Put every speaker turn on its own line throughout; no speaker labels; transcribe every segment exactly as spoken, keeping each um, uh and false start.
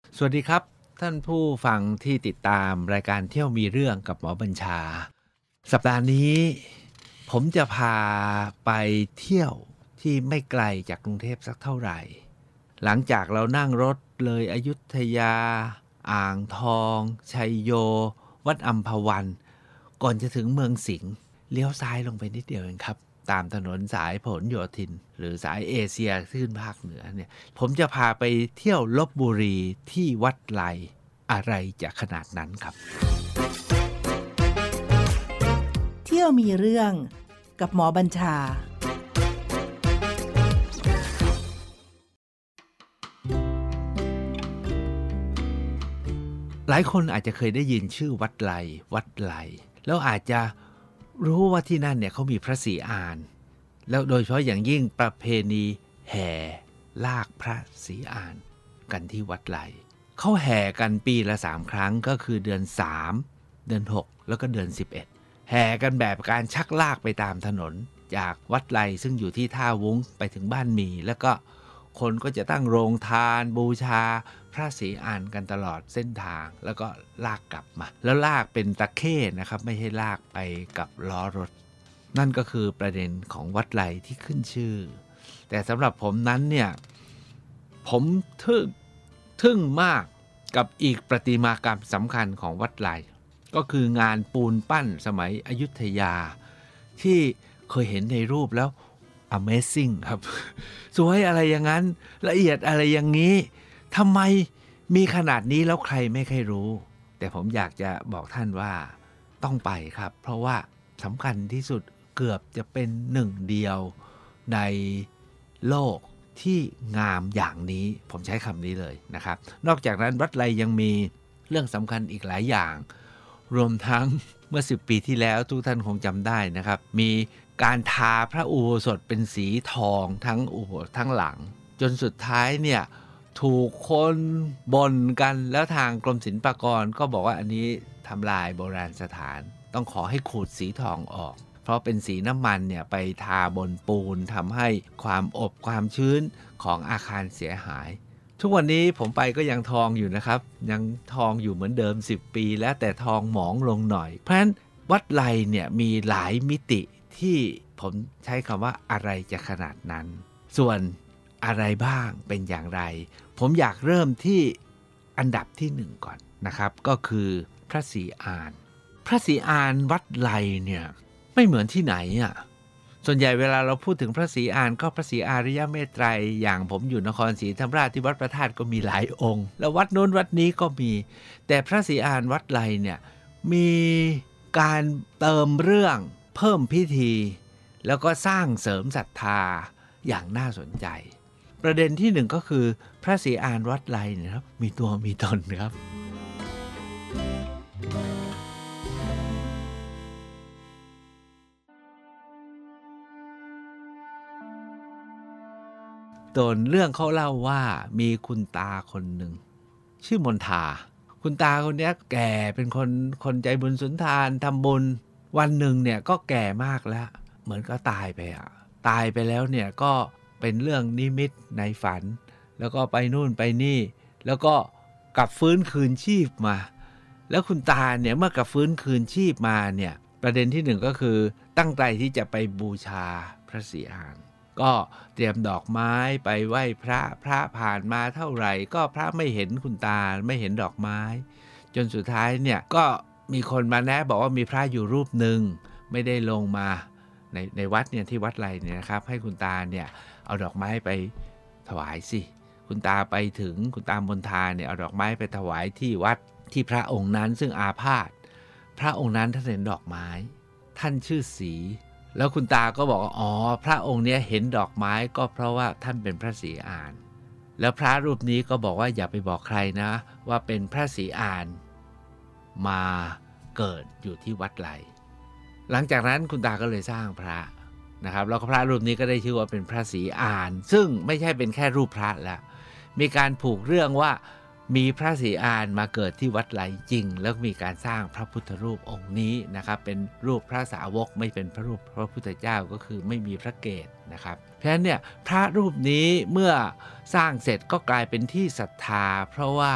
สวัสดีครับท่านผู้ฟังที่ติดตามรายการเที่ยวมีเรื่องกับหมอบัญชาสัปดาห์นี้ผมจะพาไปเที่ยวที่ไม่ไกลจากกรุงเทพสักเท่าไหร่หลังจากเรานั่งรถเลยอยุธยาอ่างทองชัยโยวัดอัมพวันก่อนจะถึงเมืองสิงห์เลี้ยวซ้ายลงไปนิดเดียวเองครับตามถนนสายผลโยธินหรือสายเอเชียขึ้นภาคเหนือเนี่ยผมจะพาไปเที่ยวลพบุรีที่วัดไลอะไรจะขนาดนั้นครับ
เที่ยวมีเรื่องกับหมอบัญชา
หลายคนอาจจะเคยได้ยินชื่อวัดไลวัดไลแล้วอาจจะรู้ว่าที่นั่นเนี่ยเขามีพระศรีอานแล้วโดยเฉพาะอย่างยิ่งประเพณีแห่ลากพระศรีอานกันที่วัดไลเขาแห่กันปีละสามครั้งก็คือเดือนสามเดือนหกแล้วก็เดือนสิบเอ็ดแห่กันแบบการชักลากไปตามถนนจากวัดไลซึ่งอยู่ที่ท่าวุ้งไปถึงบ้านหมี่แล้วก็คนก็จะตั้งโรงทานบูชาพระศรีอานกันตลอดเส้นทางแล้วก็ลากกลับมาแล้วลากเป็นตะเข้นะครับไม่ใช่ลากไปกับล้อรถนั่นก็คือประเด็นของวัดไลที่ขึ้นชื่อแต่สำหรับผมนั้นเนี่ยผมทึ่งทึ่งมากกับอีกประติมากรรมสำคัญของวัดไลก็คืองานปูนปั้นสมัยอยุธยาที่เคยเห็นในรูปแล้ว Amazing ครับสวยอะไรอย่างนั้นละเอียดอะไรอย่างนี้ทำไมมีขนาดนี้แล้วใครไม่เคยรู้แต่ผมอยากจะบอกท่านว่าต้องไปครับเพราะว่าสำคัญที่สุดเกือบจะเป็นหนึ่งเดียวในโลกที่งามอย่างนี้ผมใช้คำนี้เลยนะครับนอกจากนั้นวัดไลยังมีเรื่องสำคัญอีกหลายอย่างรวมทั้งเมื่อสิบปีที่แล้วทุกท่านคงจำได้นะครับมีการทาพระอุโบสถเป็นสีทองทั้งอุโบสถทั้งหลังจนสุดท้ายเนี่ยถูกคนบ่นกันแล้วทางกรมศิลปากรก็บอกว่าอันนี้ทำลายโบราณสถานต้องขอให้ขูดสีทองออกเพราะเป็นสีน้ำมันเนี่ยไปทาบนปูนทำให้ความอบความชื้นของอาคารเสียหายทุกวันนี้ผมไปก็ยังทองอยู่นะครับยังทองอยู่เหมือนเดิมสิบปีแล้วแต่ทองหมองลงหน่อยเพราะฉะนั้นวัดไลเนี่ยมีหลายมิติที่ผมใช้คำว่าอะไรจะขนาดนั้นส่วนอะไรบ้างเป็นอย่างไรผมอยากเริ่มที่อันดับที่หนึ่งก่อนนะครับก็คือพระศรีอานพระศรีอานวัดไลเนี่ยไม่เหมือนที่ไหนอ่ะส่วนใหญ่เวลาเราพูดถึงพระศรีอานก็พระศรีอาริยเมตไตรอย่างผมอยู่นครศรีธรรมราชที่วัดพระธาตุก็มีหลายองค์แล้ววัดโน้นวัดนี้ก็มีแต่พระศรีอานวัดไลเนี่ยมีการเติมเรื่องเพิ่มพิธีแล้วก็สร้างเสริมศรัทธาอย่างน่าสนใจประเด็นที่หนึ่งก็คือพระศรีอานวัดไลนะครับมีตัวมีตนครับตนเรื่องเขาเล่าว่ามีคุณตาคนหนึ่งชื่อมนทาคุณตาคนนี้แก่เป็นคนคนใจบุญสุนทานทำบุญวันหนึ่งเนี่ยก็แก่มากแล้วเหมือนก็ตายไปอ่ะตายไปแล้วเนี่ยก็เป็นเรื่องนิมิตในฝันแล้วก็ไปนู่นไปนี่แล้วก็กลับฟื้นคืนชีพมาแล้วคุณตาเนี่ยเมื่อกลับฟื้นคืนชีพมาเนี่ยประเด็นที่หนึ่งก็คือตั้งใจที่จะไปบูชาพระศรีอานก็เตรียมดอกไม้ไปไหว้พระพระผ่านมาเท่าไหร่ก็พระไม่เห็นคุณตาไม่เห็นดอกไม้จนสุดท้ายเนี่ยก็มีคนมาแนะบอกว่ามีพระอยู่รูปหนึ่งไม่ได้ลงมาในในวัดเนี่ยที่วัดไลเนี่ยนะครับให้คุณตาเนี่ยเอาดอกไม้ไปถวายสิคุณตาไปถึงคุณตามนทาเนี่ยเอาดอกไม้ไปถวายที่วัดที่พระองค์นั้นซึ่งอาพาธพระองค์นั้นท่านเห็นดอกไม้ท่านชื่อศรีแล้วคุณตาก็บอกอ๋อพระองค์เนี้ยเห็นดอกไม้ก็เพราะว่าท่านเป็นพระศรีอานแล้วพระรูปนี้ก็บอกว่าอย่าไปบอกใครนะว่าเป็นพระศรีอานมาเกิดอยู่ที่วัดไลหลังจากนั้นคุณตาก็เลยสร้างพระนะครับแล้วก็พระรูปนี้ก็ได้ชื่อว่าเป็นพระศรีอานซึ่งไม่ใช่เป็นแค่รูปพระแล้วมีการผูกเรื่องว่ามีพระศรีอานมาเกิดที่วัดไลจริงแล้วมีการสร้างพระพุทธรูปองค์นี้นะครับเป็นรูปพระสาวกไม่เป็นพระรูปพระพุทธเจ้าก็คือไม่มีพระเกศนะครับเพราะฉะนั้นเนี่ยพระรูปนี้เมื่อสร้างเสร็จก็กลายเป็นที่ศรัทธาเพราะว่า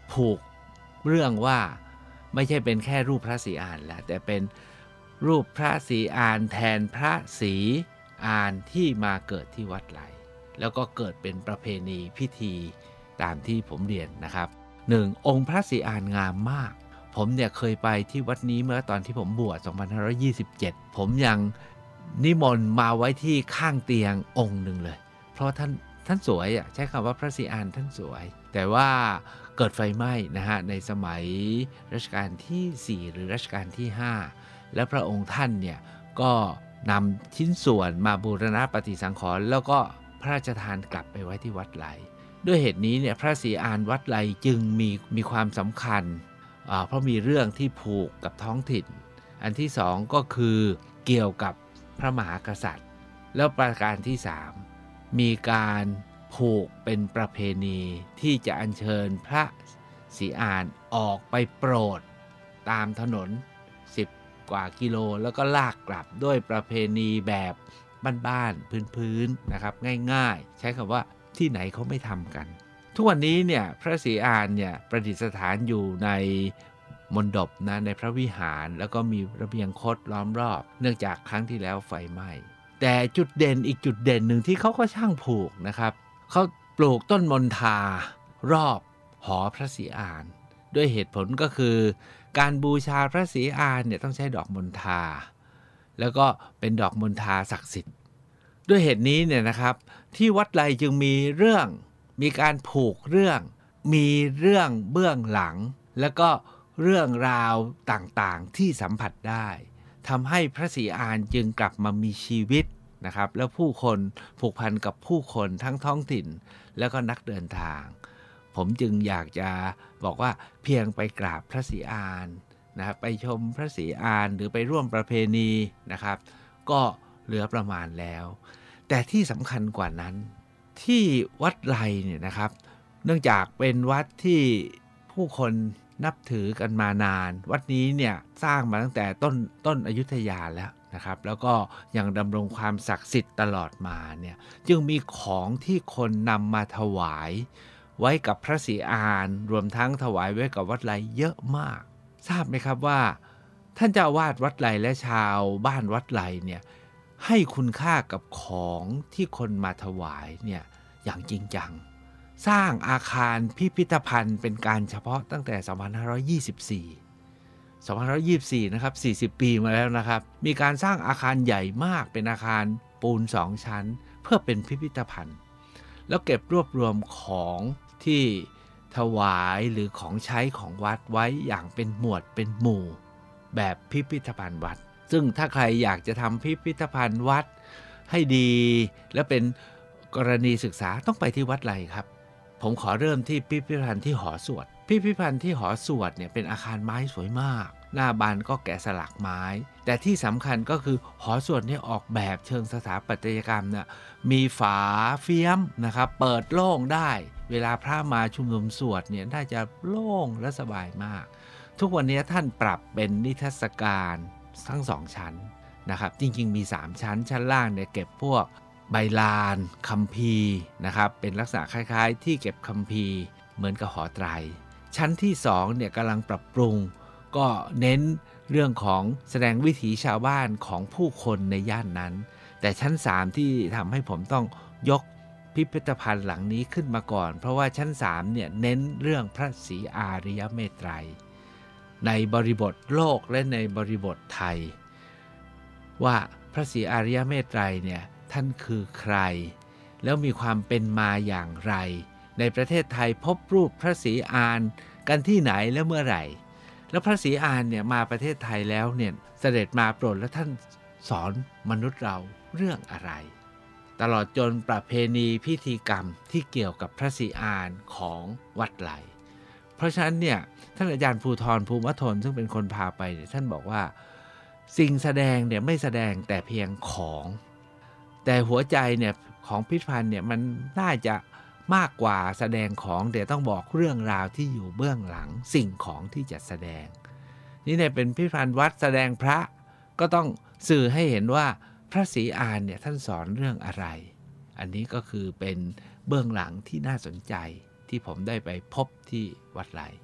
ผูกเรื่องว่าไม่ใช่เป็นแค่รูปพระศรีอานแล้วแต่เป็นรูปพระศรีอานแทนพระศรีอานที่มาเกิดที่วัดไหลแล้วก็เกิดเป็นประเพณีพิธีตามที่ผมเรียนนะครับหนึ่งองค์พระศรีอานงามมากผมเนี่ยเคยไปที่วัดนี้เมื่อตอนที่ผมบวชสองพันห้าร้อยยี่สิบเจ็ดผมยังนิมนต์มาไว้ที่ข้างเตียงองค์หนึ่งเลยเพราะท่านท่านสวยอ่ะใช้คำว่าพระศรีอานท่านสวยแต่ว่าเกิดไฟไหม้นะฮะในสมัยรัชกาลที่สี่หรือรัชกาลที่ห้าและพระองค์ท่านเนี่ยก็นำชิ้นส่วนมาบูรณะปฏิสังขรณ์แล้วก็พระราชทานกลับไปไว้ที่วัดไหลด้วยเหตุนี้เนี่ยพระศรีอานวัดไหลจึงมีมีความสำคัญเพราะมีเรื่องที่ผูกกับท้องถิ่นอันที่สองก็คือเกี่ยวกับพระมหากษัตริย์แล้วประการที่สามมีการผูกเป็นประเพณีที่จะอัญเชิญพระศรีอานออกไปโปรดตามถนนสิบกว่ากิโลแล้วก็ลากกลับด้วยประเพณีแบบบ้านๆพื้นๆนะครับง่ายๆใช้คำว่าที่ไหนเขาไม่ทำกันทุกวันนี้เนี่ยพระศรีอานเนี่ยประดิษฐานอยู่ในมณฑปนะในพระวิหารแล้วก็มีระเบียงคดล้อมรอบเนื่องจากครั้งที่แล้วไฟไหม้แต่จุดเด่นอีกจุดเด่นหนึ่งที่เขาก็ช่างผูกนะครับเขาปลูกต้นมณฑารอบหอพระศรีอานด้วยเหตุผลก็คือการบูชาพระศรีอานเนี่ยต้องใช้ดอกมณฑาแล้วก็เป็นดอกมณฑาศักดิ์สิทธิ์ด้วยเหตุนี้เนี่ยนะครับที่วัดไหลจึงมีเรื่องมีการผูกเรื่องมีเรื่องเบื้องหลังแล้วก็เรื่องราวต่างๆที่สัมผัสได้ทำให้พระศรีอานจึงกลับมามีชีวิตนะครับแล้วผู้คนผูกพันกับผู้คนทั้งท้องถิ่นแล้วก็นักเดินทางผมจึงอยากจะบอกว่าเพียงไปกราบพระศรีอานนะครับไปชมพระศรีอานหรือไปร่วมประเพณีนะครับก็เหลือประมาณแล้วแต่ที่สำคัญกว่านั้นที่วัดไหลเนี่ยนะครับเนื่องจากเป็นวัดที่ผู้คนนับถือกันมานานวัดนี้เนี่ยสร้างมาตั้งแต่ต้นต้นอยุธยาแล้วนะครับแล้วก็ยังดำรงความศักดิ์สิทธิ์ตลอดมาเนี่ยจึงมีของที่คนนำมาถวายไว้กับพระศรีอานรวมทั้งถวายไว้กับวัดไหลเยอะมากทราบไหมครับว่าท่านเจ้าอาวาสวัดไหลและชาวบ้านวัดไหลเนี่ยให้คุณค่ากับของที่คนมาถวายเนี่ยอย่างจริงจังสร้างอาคารพิพิธภัณฑ์เป็นการเฉพาะตั้งแต่สองพันห้าร้อยยี่สิบสี่ สองพันห้าร้อยยี่สิบสี่นะครับสี่สิบปีมาแล้วนะครับมีการสร้างอาคารใหญ่มากเป็นอาคารปูนสองชั้นเพื่อเป็นพิพิธภัณฑ์แล้วเก็บรวบรวมของที่ถวายหรือของใช้ของวัดไว้อย่างเป็นหมวดเป็นหมู่แบบพิพิธภัณฑ์วัดซึ่งถ้าใครอยากจะทำพิพิธภัณฑ์วัดให้ดีและเป็นกรณีศึกษาต้องไปที่วัดไหลครับผมขอเริ่มที่พิพิธภัณฑ์ที่หอสวดพิพิธภัณฑ์ที่หอสวดเนี่ยเป็นอาคารไม้สวยมากหน้าบานก็แกะสลักไม้แต่ที่สำคัญก็คือหอสวดเนี่ยออกแบบเชิงสถาปัตยกรรมเนี่ยมีฝาเฟี้ยมนะครับเปิดโล่งได้เวลาพระมาชุมนุมสวดเนี่ยน่าจะโล่งและสบายมากทุกวันนี้ท่านปรับเป็นนิทรรศการทั้งสองชั้นนะครับจริงๆมีสามชั้นชั้นล่างเนี่ยเก็บพวกใบลานคัมภีร์นะครับเป็นลักษณะคล้ายๆที่เก็บคัมภีร์เหมือนกับหอไตรชั้นที่สองเนี่ยกำลังปรับปรุงก็เน้นเรื่องของแสดงวิถีชาวบ้านของผู้คนในย่านนั้นแต่ชั้นสามที่ทำให้ผมต้องยกพิพิธภัณฑ์หลังนี้ขึ้นมาก่อนเพราะว่าชั้นสามเนี่ยเน้นเรื่องพระศรีอาริยเมตไตรในบริบทโลกและในบริบทไทยว่าพระศรีอาริยเมตไตรเนี่ยท่านคือใครแล้วมีความเป็นมาอย่างไรในประเทศไทยพบรูปพระศรีอานกันที่ไหนและเมื่อไหร่แล้วพระศรีอานเนี่ยมาประเทศไทยแล้วเนี่ยเสด็จมาโปรดและท่านสอนมนุษย์เราเรื่องอะไรตลอดจนประเพณีพิธีกรรมที่เกี่ยวกับพระศรีอานของวัดไหลเพราะฉะนั้นเนี่ยท่านอาจารย์ภูธรภูมิทนซึ่งเป็นคนพาไปเนี่ยท่านบอกว่าสิ่งแสดงเนี่ยไม่แสดงแต่เพียงของแต่หัวใจเนี่ยของพิพิธภัณฑ์เนี่ยมันน่าจะมากกว่าแสดงของแต่ต้องบอกเรื่องราวที่อยู่เบื้องหลังสิ่งของที่จะแสดงนี่เนี่ยเป็นพิพิธภัณฑ์วัดแสดงพระก็ต้องสื่อให้เห็นว่าพระศรีอานเนี่ยท่านสอนเรื่องอะไรอันนี้ก็คือเป็นเบื้องหลังที่น่าสนใจที่ผมได้ไปพบที่วัดไหล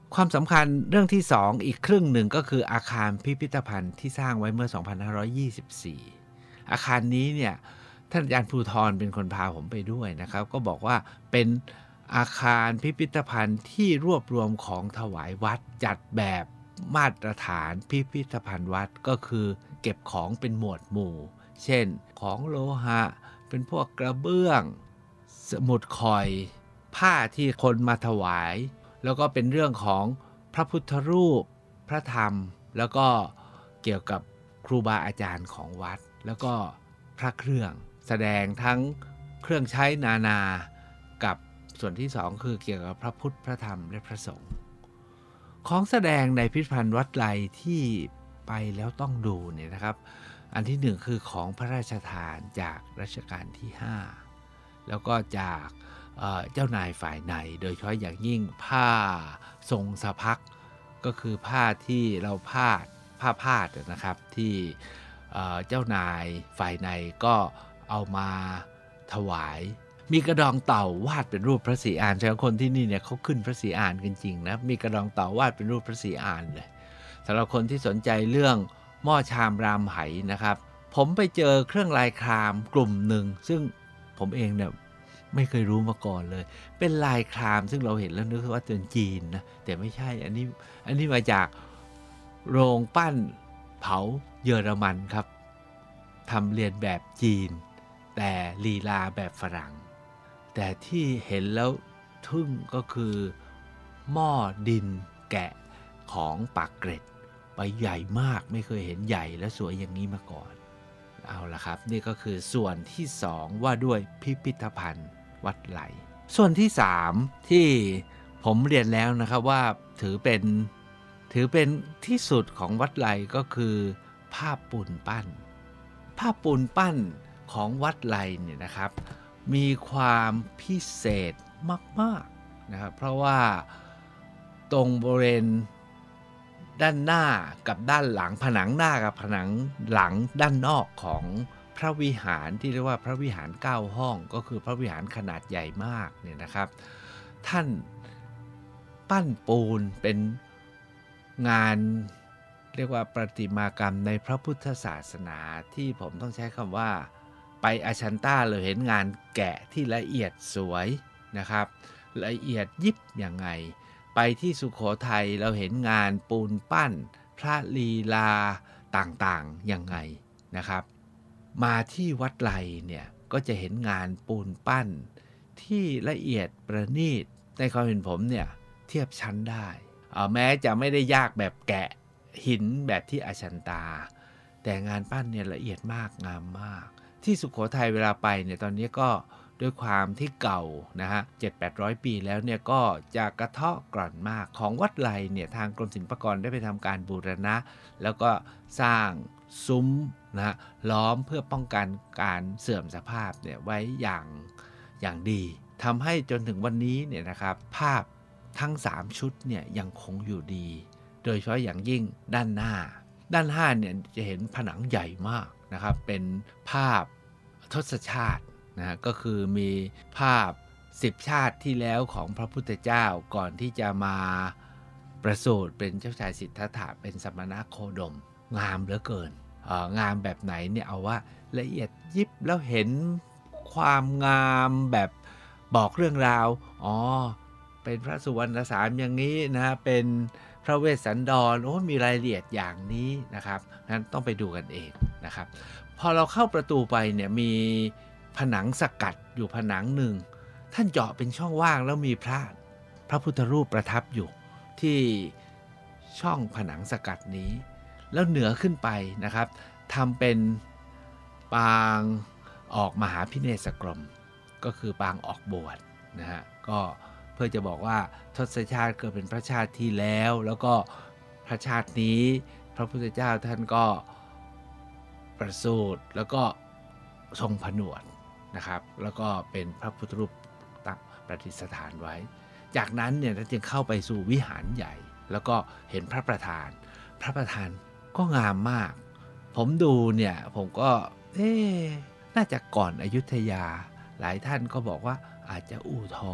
ความสำคัญเรื่องที่สองอีกครึ่งหนึ่งก็คืออาคารพิพิธภัณฑ์ที่สร้างไว้เมื่อ สองพันห้าร้อยยี่สิบสี่ อาคารนี้เนี่ยท่านอาจารย์ภูธรเป็นคนพาผมไปด้วยนะครับก็บอกว่าเป็นอาคารพิพิธภัณฑ์ที่รวบรวมของถวายวัดจัดแบบมาตรฐานพิพิธภัณฑ์วัดก็คือเก็บของเป็นหมวดหมู่เช่นของโลหะเป็นพวกกระเบื้องสมุดคอยผ้าที่คนมาถวายแล้วก็เป็นเรื่องของพระพุทธรูปพระธรรมแล้วก็เกี่ยวกับครูบาอาจารย์ของวัดแล้วก็พระเครื่องแสดงทั้งเครื่องใช้นานากับส่วนที่สองคือเกี่ยวกับพระพุทธพระธรรมและพระสงฆ์ของแสดงในพิพิธภัณฑ์วัดไลที่ไปแล้วต้องดูเนี่ยนะครับอันที่หนึ่งคือของพระราชทานจากรัชกาลที่ห้าแล้วก็จากเอ่อเจ้านายฝ่ายในโดยเฉพาะอย่างยิ่งผ้าทรงสะพักก็คือผ้าที่เราพาดผ้าพาดนะครับที่เอ่อเจ้านายฝ่ายในก็เอามาถวายมีกระดองเต่าวาดเป็นรูปพระศรีอานใช่ไหมคนที่นี่เนี่ยเขาขึ้นพระศรีอานกันจริงนะมีกระดองเต่าวาดเป็นรูปพระศรีอานเลยสำหรับคนที่สนใจเรื่องหม้อชามรามไหนะครับผมไปเจอเครื่องลายครามกลุ่มหนึ่งซึ่งผมเองเนี่ยไม่เคยรู้มาก่อนเลยเป็นลายครามซึ่งเราเห็นแล้วนึกว่าเป็นจีนนะแต่ไม่ใช่อันนี้อันนี้มาจากโรงปั้นเผาเยอรมันครับทำเรียนแบบจีนแต่ลีลาแบบฝรั่งแต่ที่เห็นแล้วทึ่งก็คือหม้อดินแกะของปากเกร็ดใบใหญ่มากไม่เคยเห็นใหญ่และสวยอย่างนี้มาก่อนเอาละครับนี่ก็คือส่วนที่สองว่าด้วยพิพิธภัณฑ์วัดไหลส่วนที่สามที่ผมเรียนแล้วนะครับว่าถือเป็นถือเป็นที่สุดของวัดไหลก็คือภาพปูนปั้นภาพปูนปั้นของวัดไหลเนี่ยนะครับมีความพิเศษมากๆนะครับเพราะว่าตรงบริเวณด้านหน้ากับด้านหลังผนังหน้ากับผนังหลังด้านนอกของพระวิหารที่เรียกว่าพระวิหารเก้าห้องก็คือพระวิหารขนาดใหญ่มากเนี่ยนะครับท่านปั้นปูนเป็นงานเรียกว่าประติมากรรมในพระพุทธศาสนาที่ผมต้องใช้คำว่าไปอาชันต้าเราเห็นงานแกะที่ละเอียดสวยนะครับละเอียดยิบอย่างไงไปที่สุโขทัยเราเห็นงานปูนปั้นพระลีลาต่างๆอย่างไงนะครับมาที่วัดไลเนี่ยก็จะเห็นงานปูนปั้นที่ละเอียดประณีตในความเห็นผมเนี่ยเทียบชั้นได้แม้จะไม่ได้ยากแบบแกะหินแบบที่อาชันตาแต่งานปั้นเนี่ยละเอียดมากงามมากที่สุโขทัยเวลาไปเนี่ยตอนนี้ก็ด้วยความที่เก่านะฮะ เจ็ดถึงแปดร้อย ปีแล้วเนี่ยก็จะกระเทาะกร่อนมากของวัดไลเนี่ยทางกรมศิลปากรได้ไปทำการบูรณะแล้วก็สร้างซุ้มนะฮะล้อมเพื่อป้องกันการเสื่อมสภาพเนี่ยไว้อย่างอย่างดีทำให้จนถึงวันนี้เนี่ยนะครับภาพทั้งสามชุดเนี่ยยังคงอยู่ดีโดยเฉพาะอย่างยิ่งด้านหน้าด้านหน้าเนี่ยจะเห็นผนังใหญ่มากนะครับเป็นภาพทศชาตินะก็คือมีภาพสิบชาติที่แล้วของพระพุทธเจ้าก่อนที่จะมาประสูติเป็นเจ้าชายสิทธัตถะเป็นสมณโคดมงามเหลือเกินงามแบบไหนเนี่ยเอาว่าละเอียดยิบแล้วเห็นความงามแบบบอกเรื่องราวอ๋อเป็นพระสุวรรณสามอย่างนี้นะเป็นพระเวสสันดรโอ้มีรายละเอียดอย่างนี้นะครับนั้นต้องไปดูกันเองนะครับพอเราเข้าประตูไปเนี่ยมีผนังสกัดอยู่ผนังหนึ่งท่านเจาะเป็นช่องว่างแล้วมีพระพระพุทธรูปประทับอยู่ที่ช่องผนังสกัดนี้แล้วเหนือขึ้นไปนะครับทำเป็นปางออกมหาพิเนศกรมก็คือปางออกบวชนะฮะก็เพื่อจะบอกว่าทศชาติเกิดเป็นพระชาติที่แล้วแล้วก็พระชาตินี้พระพุทธเจ้าท่านก็ประสูติแล้วก็ทรงผนวดนะครับแล้วก็เป็นพระพุทธรูปตั้งประดิษฐานไว้จากนั้นเนี่ยท่านจึงเข้าไปสู่วิหารใหญ่แล้วก็เห็นพระประธานพระประธานก็งามมากผมดูเนี่ยผมก็เอ๊ะน่าจะก่อนอยุธยาหลายท่านก็บอกว่าอาจจะอู่ทอง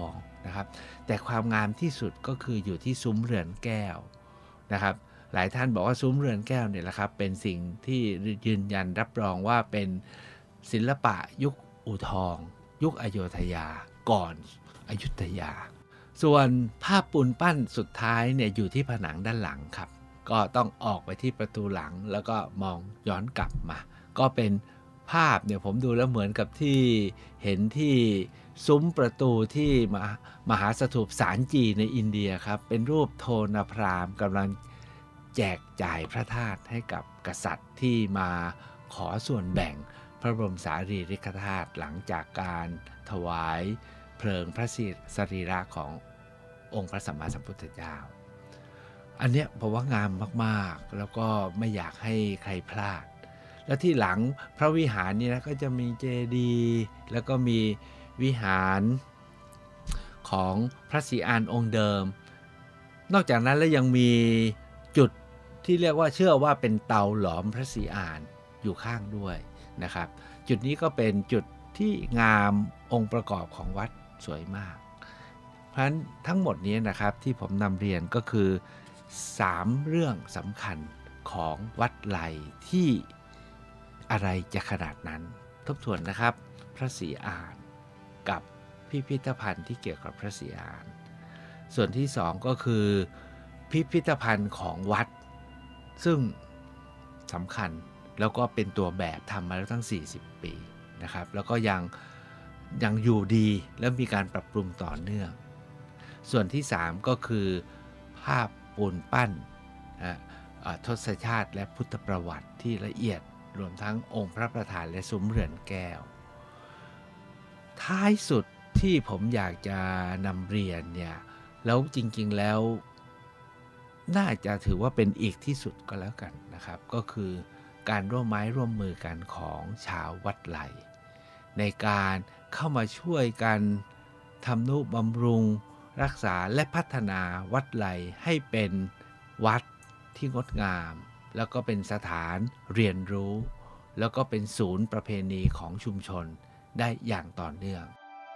นะครับแต่ความงามที่สุดก็คืออยู่ที่ซุ้มเรือนแก้วนะครับหลายท่านบอกว่าซุ้มเรือนแก้วเนี่ยแหละครับเป็นสิ่งที่ยืนยันรับรองว่าเป็นศิลปะยุคอู่ทองยุคอโยธยาก่อนอยุธยาส่วนภาพปูนปั้นสุดท้ายเนี่ยอยู่ที่ผนังด้านหลังครับก็ต้องออกไปที่ประตูหลังแล้วก็มองย้อนกลับมาก็เป็นภาพเนี่ยผมดูแล้วเหมือนกับที่เห็นที่ซุ้มประตูที่มามหาสถูปสารจีในอินเดียครับเป็นรูปโทนพราหมณ์กำลังแจกจ่ายพระธาตุให้กับกษัตริย์ที่มาขอส่วนแบ่งพระบรมสารีริกธาตุหลังจากการถวายเพลิงพระสรีระขององค์พระสัมมาสัมพุทธเจ้าอันเนี้ยผมว่างามมากๆแล้วก็ไม่อยากให้ใครพลาดแล้วที่หลังพระวิหารนี่นะก็จะมีเจดีย์แล้วก็มีวิหารของพระศรีอานองค์เดิมนอกจากนั้นแล้วยังมีจุดที่เรียกว่าเชื่อว่าเป็นเตาหลอมพระศรีอานอยู่ข้างด้วยนะครับจุดนี้ก็เป็นจุดที่งามองค์ประกอบของวัดสวยมากเพราะฉะนั้นทั้งหมดนี้นะครับที่ผมนำเรียนก็คือสามเรื่องสำคัญของวัดไลที่อะไรจะขนาดนั้นทบทวนนะครับพระศรีอานกับพิพิธภัณฑ์ที่เกี่ยวกับพระศรีอานส่วนที่สองก็คือพิพิธภัณฑ์ของวัดซึ่งสำคัญแล้วก็เป็นตัวแบบทำมาแล้วตั้งสี่สิบปีนะครับแล้วก็ยังยังอยู่ดีและมีการปรับปรุงต่อเนื่องส่วนที่สามก็คือภาพปูนปั้นนะทศชาติและพุทธประวัติที่ละเอียดรวมทั้งองค์พระประธานและซุ้มเรือนแก้วท้ายสุดที่ผมอยากจะนำเรียนเนี่ยแล้วจริงๆแล้วน่าจะถือว่าเป็นอีกที่สุดก็แล้วกันนะครับก็คือการร่วมไม้ร่วมมือกันของชาววัดไลในการเข้ามาช่วยกันทำนุบำรุงรักษาและพัฒนาวัดไลให้เป็นวัดที่งดงามแล้วก็เป็นสถานเรียนรู้แล้วก็เป็นศูนย์ประเพณีของชุมชนได้อย่างต่อเนื่อง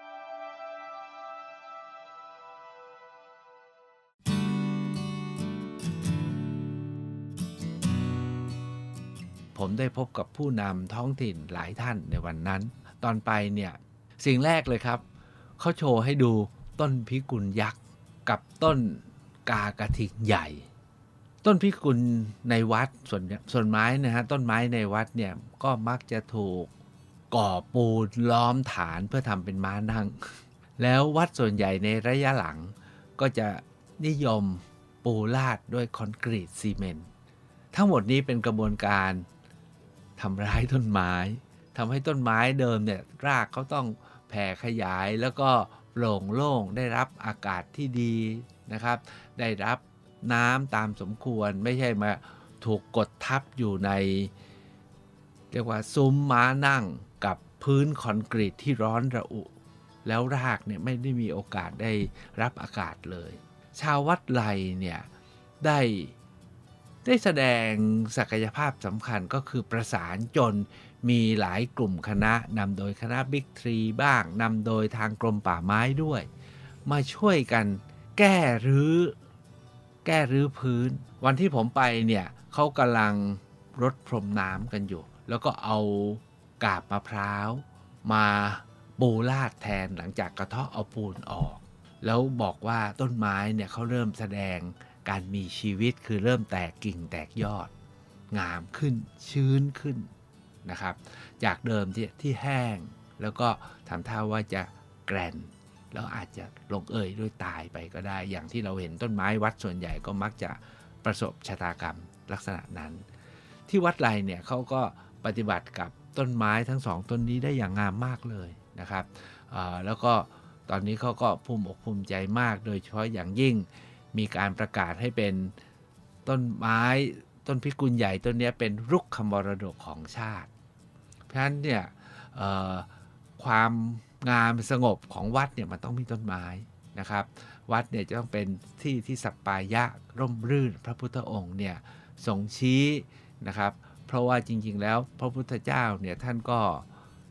ผมได้พบกับผู้นำท้องถิ่นหลายท่านในวันนั้นตอนไปเนี่ยสิ่งแรกเลยครับเขาโชว์ให้ดูต้นพิกุลยักษ์กับต้นกากระทิงใหญ่ต้นพิกุลในวัดส่วนส่วนไม้นะฮะต้นไม้ในวัดเนี่ยก็มักจะถูกก่อปูนล้อมฐานเพื่อทำเป็นม้านั่งแล้ววัดส่วนใหญ่ในระยะหลังก็จะนิยมปูลาดด้วยคอนกรีตซีเมนต์ทั้งหมดนี้เป็นกระบวนการทำร้ายต้นไม้ทำให้ต้นไม้เดิมเนี่ยรากเขาต้องแผ่ขยายแล้วก็โปร่งโล่งได้รับอากาศที่ดีนะครับได้รับน้ำตามสมควรไม่ใช่มาถูกกดทับอยู่ในเรียกว่าซุ้มม้านั่งกับพื้นคอนกรีตที่ร้อนระอุแล้วรากเนี่ยไม่ได้มีโอกาสได้รับอากาศเลยชาววัดไลเนี่ยได้ได้แสดงศักยภาพสำคัญก็คือประสานจนมีหลายกลุ่มคณะนำโดยคณะบิ๊กทรีบ้างนำโดยทางกรมป่าไม้ด้วยมาช่วยกันแก้รื้อแก้รื้อพื้นวันที่ผมไปเนี่ยเขากำลังรดพรมน้ำกันอยู่แล้วก็เอากาบมะพร้าวมาปูลาดแทนหลังจากกระเทาะเอาปูนออกแล้วบอกว่าต้นไม้เนี่ยเขาเริ่มแสดงการมีชีวิตคือเริ่มแตกกิ่งแตกยอดงามขึ้นชื้นขึ้นนะครับจากเดิมที่ที่แห้งแล้วก็ทำท่าว่าจะแกรนแล้วอาจจะลงเอยด้วยตายไปก็ได้อย่างที่เราเห็นต้นไม้วัดส่วนใหญ่ก็มักจะประสบชะตากรรมลักษณะนั้นที่วัดไลเนี่ยเขาก็ปฏิบัติกับต้นไม้ทั้งสองต้นนี้ได้อย่างงามมากเลยนะครับแล้วก็ตอนนี้เขาก็ภูมิอกภูมิใจมากโดยเฉพาะอย่างยิ่งมีการประกาศให้เป็นต้นไม้ต้นพิกุลใหญ่ต้นนี้เป็นรุกขมรดกของชาติเพราะฉะนั้นเนี่ยความงามสงบของวัดเนี่ยมันต้องมีต้นไม้นะครับวัดเนี่ยจะต้องเป็นที่ที่สัปปายะร่มรื่นพระพุทธองค์เนี่ยทรงชี้นะครับเพราะว่าจริงๆแล้วพระพุทธเจ้าเนี่ยท่านก็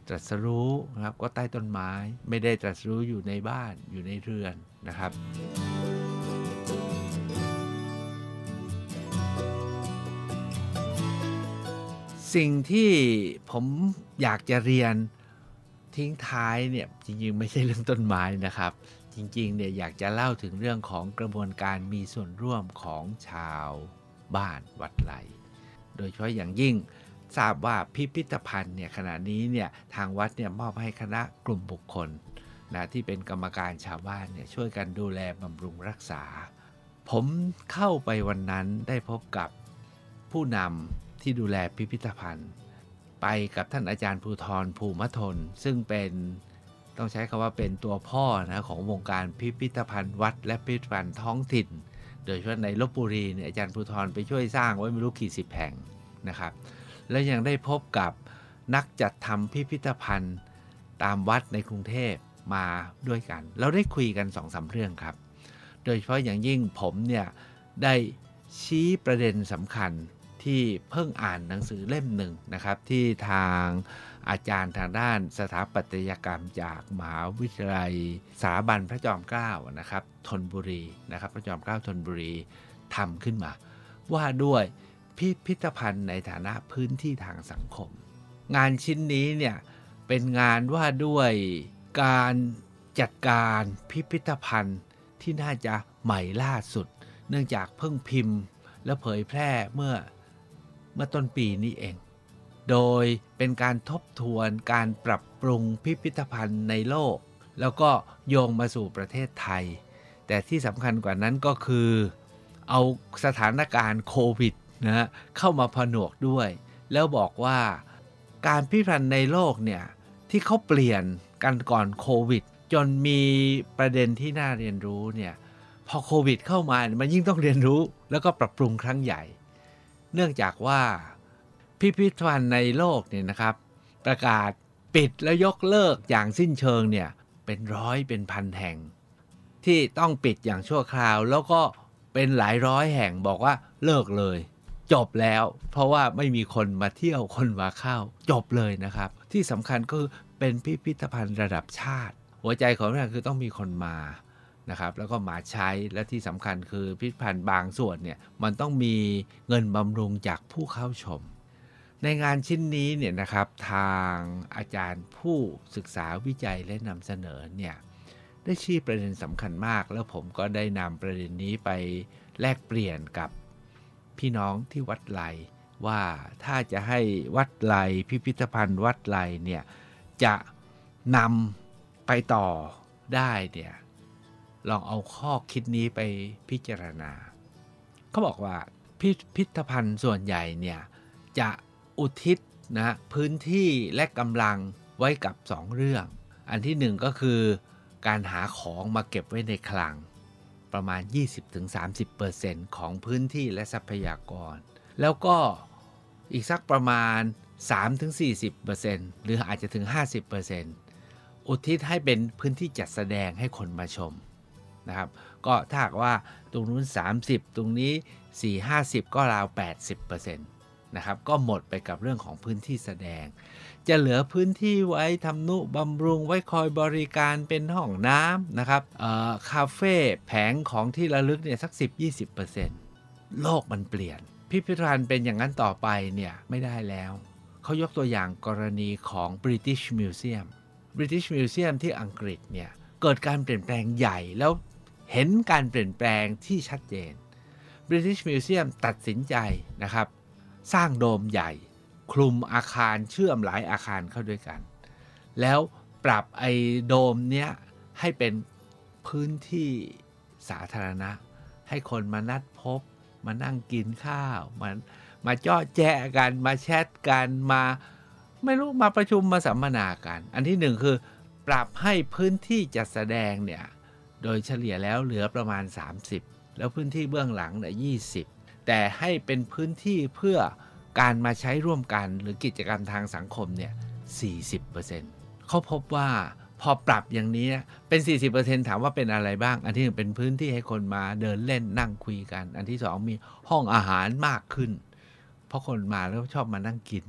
ตรัสรู้นะครับก็ใต้ต้นไม้ไม่ได้ตรัสรู้อยู่ในบ้านอยู่ในเรือนนะครับสิ่งที่ผมอยากจะเรียนทิ้งท้ายเนี่ยจริงๆไม่ใช่เรื่องต้นไม้นะครับจริงๆเนี่ยอยากจะเล่าถึงเรื่องของกระบวนการมีส่วนร่วมของชาวบ้านวัดไลโดยเฉพาะอย่างยิ่งทราบว่าพิพิธภัณฑ์เนี่ยขณะนี้เนี่ยทางวัดเนี่ยมอบให้คณะกลุ่มบุคคลนะที่เป็นกรรมการชาวบ้านเนี่ยช่วยกันดูแลบำรุงรักษาผมเข้าไปวันนั้นได้พบกับผู้นำที่ดูแลพิพิธภัณฑ์ไปกับท่านอาจารย์ภูธรภูมิทนซึ่งเป็นต้องใช้คำว่าเป็นตัวพ่อนะของวงการพิพิธภัณฑ์วัดและพิพิธภัณฑ์ท้องถิ่นโดยเฉพาะในลพบุรีเนี่ยอาจารย์ภูธรไปช่วยสร้างไว้ไม่รู้กี่สิบแห่งนะครับและยังได้พบกับนักจัดทำพิพิธภัณฑ์ตามวัดในกรุงเทพมาด้วยกันเราได้คุยกัน สองสาม เรื่องครับโดยเฉพาะอย่างยิ่งผมเนี่ยได้ชี้ประเด็นสำคัญที่เพิ่งอ่านหนังสือเล่มหนึ่งนะครับที่ทางอาจารย์ทางด้านสถาปัตยกรรมจากมหาวิทยาลัยสถาบันพระจอมเกล้านะครับธนบุรีนะครับพระจอมเกล้าธนบุรีทำขึ้นมาว่าด้วยพิพิธภัณฑ์ในฐานะพื้นที่ทางสังคมงานชิ้นนี้เนี่ยเป็นงานว่าด้วยการจัดการพิพิธภัณฑ์ที่น่าจะใหม่ล่าสุดเนื่องจากเพิ่งพิมพ์และเผยแพร่เมื่อเมื่อต้นปีนี้เองโดยเป็นการทบทวนการปรับปรุงพิพิธภัณฑ์ในโลกแล้วก็โยงมาสู่ประเทศไทยแต่ที่สำคัญกว่านั้นก็คือเอาสถานการณ์โควิดนะฮะเข้ามาผนวกด้วยแล้วบอกว่าการพิพิธภัณฑ์ในโลกเนี่ยที่เขาเปลี่ยนกันก่อนโควิดจนมีประเด็นที่น่าเรียนรู้เนี่ยพอโควิดเข้ามามันยิ่งต้องเรียนรู้แล้วก็ปรับปรุงครั้งใหญ่เนื่องจากว่าพิพิธภัณฑ์ในโลกเนี่ยนะครับประกาศปิดแล้วยกเลิกอย่างสิ้นเชิงเนี่ยเป็นร้อยเป็นพันแห่งที่ต้องปิดอย่างชั่วคราวแล้วก็เป็นหลายร้อยแห่งบอกว่าเลิกเลยจบแล้วเพราะว่าไม่มีคนมาเที่ยวคนมาเข้าจบเลยนะครับที่สำคัญก็คือเป็นพิพิธภัณฑ์ระดับชาติหัวใจของมันคือต้องมีคนมานะครับแล้วก็มาใช้และที่สำคัญคือพิพิธภัณฑ์บางส่วนเนี่ยมันต้องมีเงินบำรุงจากผู้เข้าชมในงานชิ้นนี้เนี่ยนะครับทางอาจารย์ผู้ศึกษาวิจัยและนำเสนอเนี่ยได้ชี้ประเด็นสำคัญมากแล้วผมก็ได้นำประเด็นนี้ไปแลกเปลี่ยนกับพี่น้องที่วัดไลว่าถ้าจะให้วัดไลพิพิธภัณฑ์วัดไลเนี่ยจะนำไปต่อได้เนี่ยลองเอาข้อคิดนี้ไปพิจารณาเขาบอกว่าพิพิธภัณฑ์ส่วนใหญ่เนี่ยจะอุทิศนะพื้นที่และกำลังไว้กับสองเรื่องอันที่หนึ่งก็คือการหาของมาเก็บไว้ในคลังประมาณ ยี่สิบถึงสามสิบเปอร์เซ็นต์ ของพื้นที่และทรัพยากรแล้วก็อีกสักประมาณ สามถึงสี่สิบเปอร์เซ็นต์ หรืออาจจะถึง ห้าสิบเปอร์เซ็นต์ อุทิศให้เป็นพื้นที่จัดแสดงให้คนมาชมนะครับก็ถ้าหากว่าตรงนู้นสามสิบตรงนี้ สี่สิบ ห้าสิบ ก็ราว แปดสิบเปอร์เซ็นต์ นะครับก็หมดไปกับเรื่องของพื้นที่แสดงจะเหลือพื้นที่ไว้ทำนุบำรุงไว้คอยบริการเป็นห้องน้ำนะครับคาเฟ่แผงของที่ระลึกเนี่ยสัก สิบถึงยี่สิบเปอร์เซ็นต์ โลกมันเปลี่ยนพิพิธภัณฑ์เป็นอย่างนั้นต่อไปเนี่ยไม่ได้แล้วเขายกตัวอย่างกรณีของ British Museum British Museum ที่อังกฤษเนี่ยเกิดการเปลี่ยนแปลงใหญ่แล้วเห็นการเปลี่ยนแปลงที่ชัดเจน British Museum ตัดสินใจนะครับสร้างโดมใหญ่คลุมอาคารเชื่อมหลายอาคารเข้าด้วยกันแล้วปรับไอ้โดมเนี้ยให้เป็นพื้นที่สาธารณะให้คนมานัดพบมานั่งกินข้าวมามาเจาะแจ๊ะกันมาแชทกันมาไม่รู้มาประชุมมาสัมมนากันอันที่หนึ่งคือปรับให้พื้นที่จัดแสดงเนี่ยโดยเฉลี่ยแล้วเหลือประมาณสามสิบแล้วพื้นที่เบื้องหลังเนี่ยยี่สิบแต่ให้เป็นพื้นที่เพื่อการมาใช้ร่วมกันหรือกิจกรรมทางสังคมเนี่ย สี่สิบเปอร์เซ็นต์ เขาพบว่าพอปรับอย่างนี้เป็น สี่สิบเปอร์เซ็นต์ ถามว่าเป็นอะไรบ้างอันที่หนึ่งเป็นพื้นที่ให้คนมาเดินเล่นนั่งคุยกันอันที่สองมีห้องอาหารมากขึ้นเพราะคนมาแล้วชอบมานั่งกิน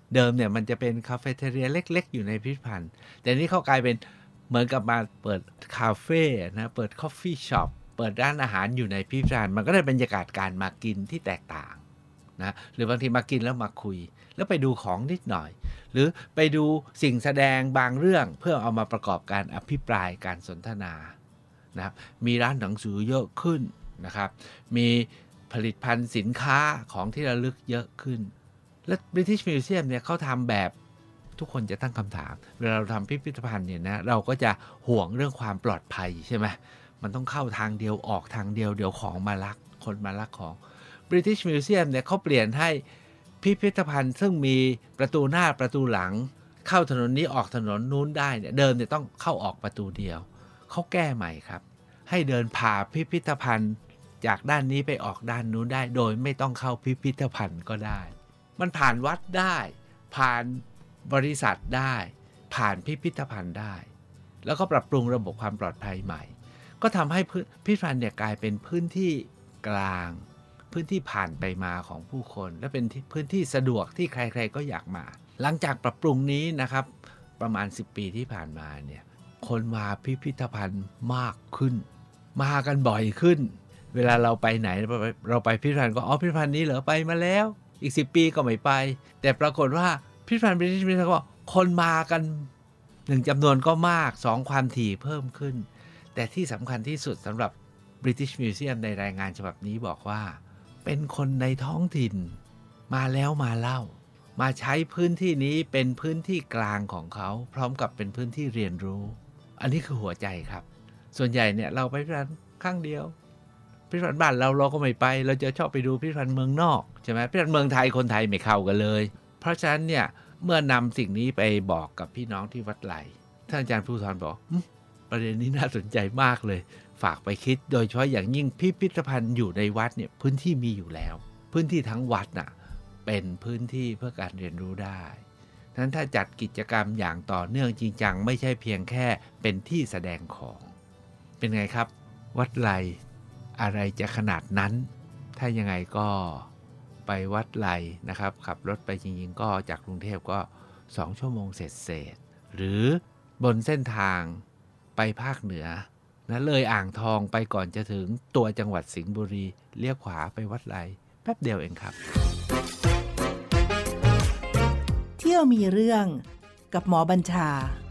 เดิมเนี่ยมันจะเป็นคาเฟ่เทเรียเล็กๆอยู่ในพิพิธภัณฑ์แต่นี้เขากลายเป็นเหมือนกับมาเปิดคาเฟ่นะเปิดคอฟฟี่ช็อปเปิดร้านอาหารอยู่ในพิพิธภัณฑ์มันก็ได้บรรยากาศการมากินที่แตกต่างนะหรือบางทีมากินแล้วมาคุยแล้วไปดูของนิดหน่อยหรือไปดูสิ่งแสดงบางเรื่องเพื่อเอามาประกอบการอภิปรายการสนทนานะครับมีร้านหนังสือเยอะขึ้นนะครับมีผลิตภัณฑ์สินค้าของที่ระลึกเยอะขึ้นและ British Museum เนี่ยเขาทำแบบทุกคนจะตั้งคำถามเวลาเราทำพิพิธภัณฑ์เนี่ยนะเราก็จะห่วงเรื่องความปลอดภัยใช่ไหมมันต้องเข้าทางเดียวออกทางเดียวเดี๋ยวของมาลักคนมาลักของ British Museum เนี่ยเขาเปลี่ยนให้พิพิธภัณฑ์ซึ่งมีประตูหน้าประตูหลังเข้าถนนนี้ออกถนนนู้นได้เนี่ยเดิมเนี่ยต้องเข้าออกประตูเดียวเขาแก้ใหม่ครับให้เดินผ่าพิพิธภัณฑ์จากด้านนี้ไปออกด้านนู้นได้โดยไม่ต้องเข้าพิพิธภัณฑ์ก็ได้มันผ่านวัดได้ผ่านบริษัทได้ผ่านพิพิธภัณฑ์ได้แล้วก็ปรับปรุงระบบความปลอดภัยใหม่ก็ทำให้พิพิธภัณฑ์เนี่ยกลายเป็นพื้นที่กลางพื้นที่ผ่านไปมาของผู้คนและเป็นพื้นที่สะดวกที่ใครๆก็อยากมาหลังจากปรับปรุงนี้นะครับประมาณสิบปีที่ผ่านมาเนี่ยคนมาพิพิธภัณฑ์มากขึ้นมากันบ่อยขึ้นเวลาเราไปไหนเราไปพิพิธภัณฑ์ก็อ๋อพิพิธภัณฑ์นี้เหรอไปมาแล้วอีกสิบปีก็ไม่ไปแต่ปรากฏว่าพิพิธภัณฑ์ British Museum ก็คนมากันหนึ่งจำนวนก็มากสองความถี่เพิ่มขึ้นแต่ที่สำคัญที่สุดสำหรับ British Museum ในรายงานฉบับนี้บอกว่าเป็นคนในท้องถิ่นมาแล้วมาเล่ามาใช้พื้นที่นี้เป็นพื้นที่กลางของเขาพร้อมกับเป็นพื้นที่เรียนรู้อันนี้คือหัวใจครับส่วนใหญ่เนี่ยเราไปพิพิธภัณฑ์ครั้งเดียวพิพิธภัณฑ์บ้านเราเราก็ไม่ไปเราจะชอบไปดูพิพิธภัณฑ์เมืองนอกใช่ไหมพิพิธภัณฑ์เมืองไทยคนไทยไม่เข้ากันเลยเพราะฉะนั้นเนี่ยเมื่อนำสิ่งนี้ไปบอกกับพี่น้องที่วัดไหลท่านอาจารย์ผู้สอนบอกประเด็นนี้น่าสนใจมากเลยฝากไปคิดโดยเฉพาะอย่างยิ่งพิพิธภัณฑ์อยู่ในวัดเนี่ยพื้นที่มีอยู่แล้วพื้นที่ทั้งวัดน่ะเป็นพื้นที่เพื่อการเรียนรู้ได้ฉะนั้นถ้าจัดกิจกรรมอย่างต่อเนื่องจริงจังไม่ใช่เพียงแค่เป็นที่แสดงของเป็นไงครับวัดไหลอะไรจะขนาดนั้นถ้ายังไงก็ไปวัดไหลนะครับขับรถไปจริงๆก็จากกรุงเทพก็สองชั่วโมงเศษๆหรือบนเส้นทางไปภาคเหนือนะเลยอ่างทองไปก่อนจะถึงตัวจังหวัดสิงห์บุรีเลี้ยวขวาไปวัดไหลแป๊บเดียวเองครับ
เที่ยวมีเรื่องกับหมอบัญชา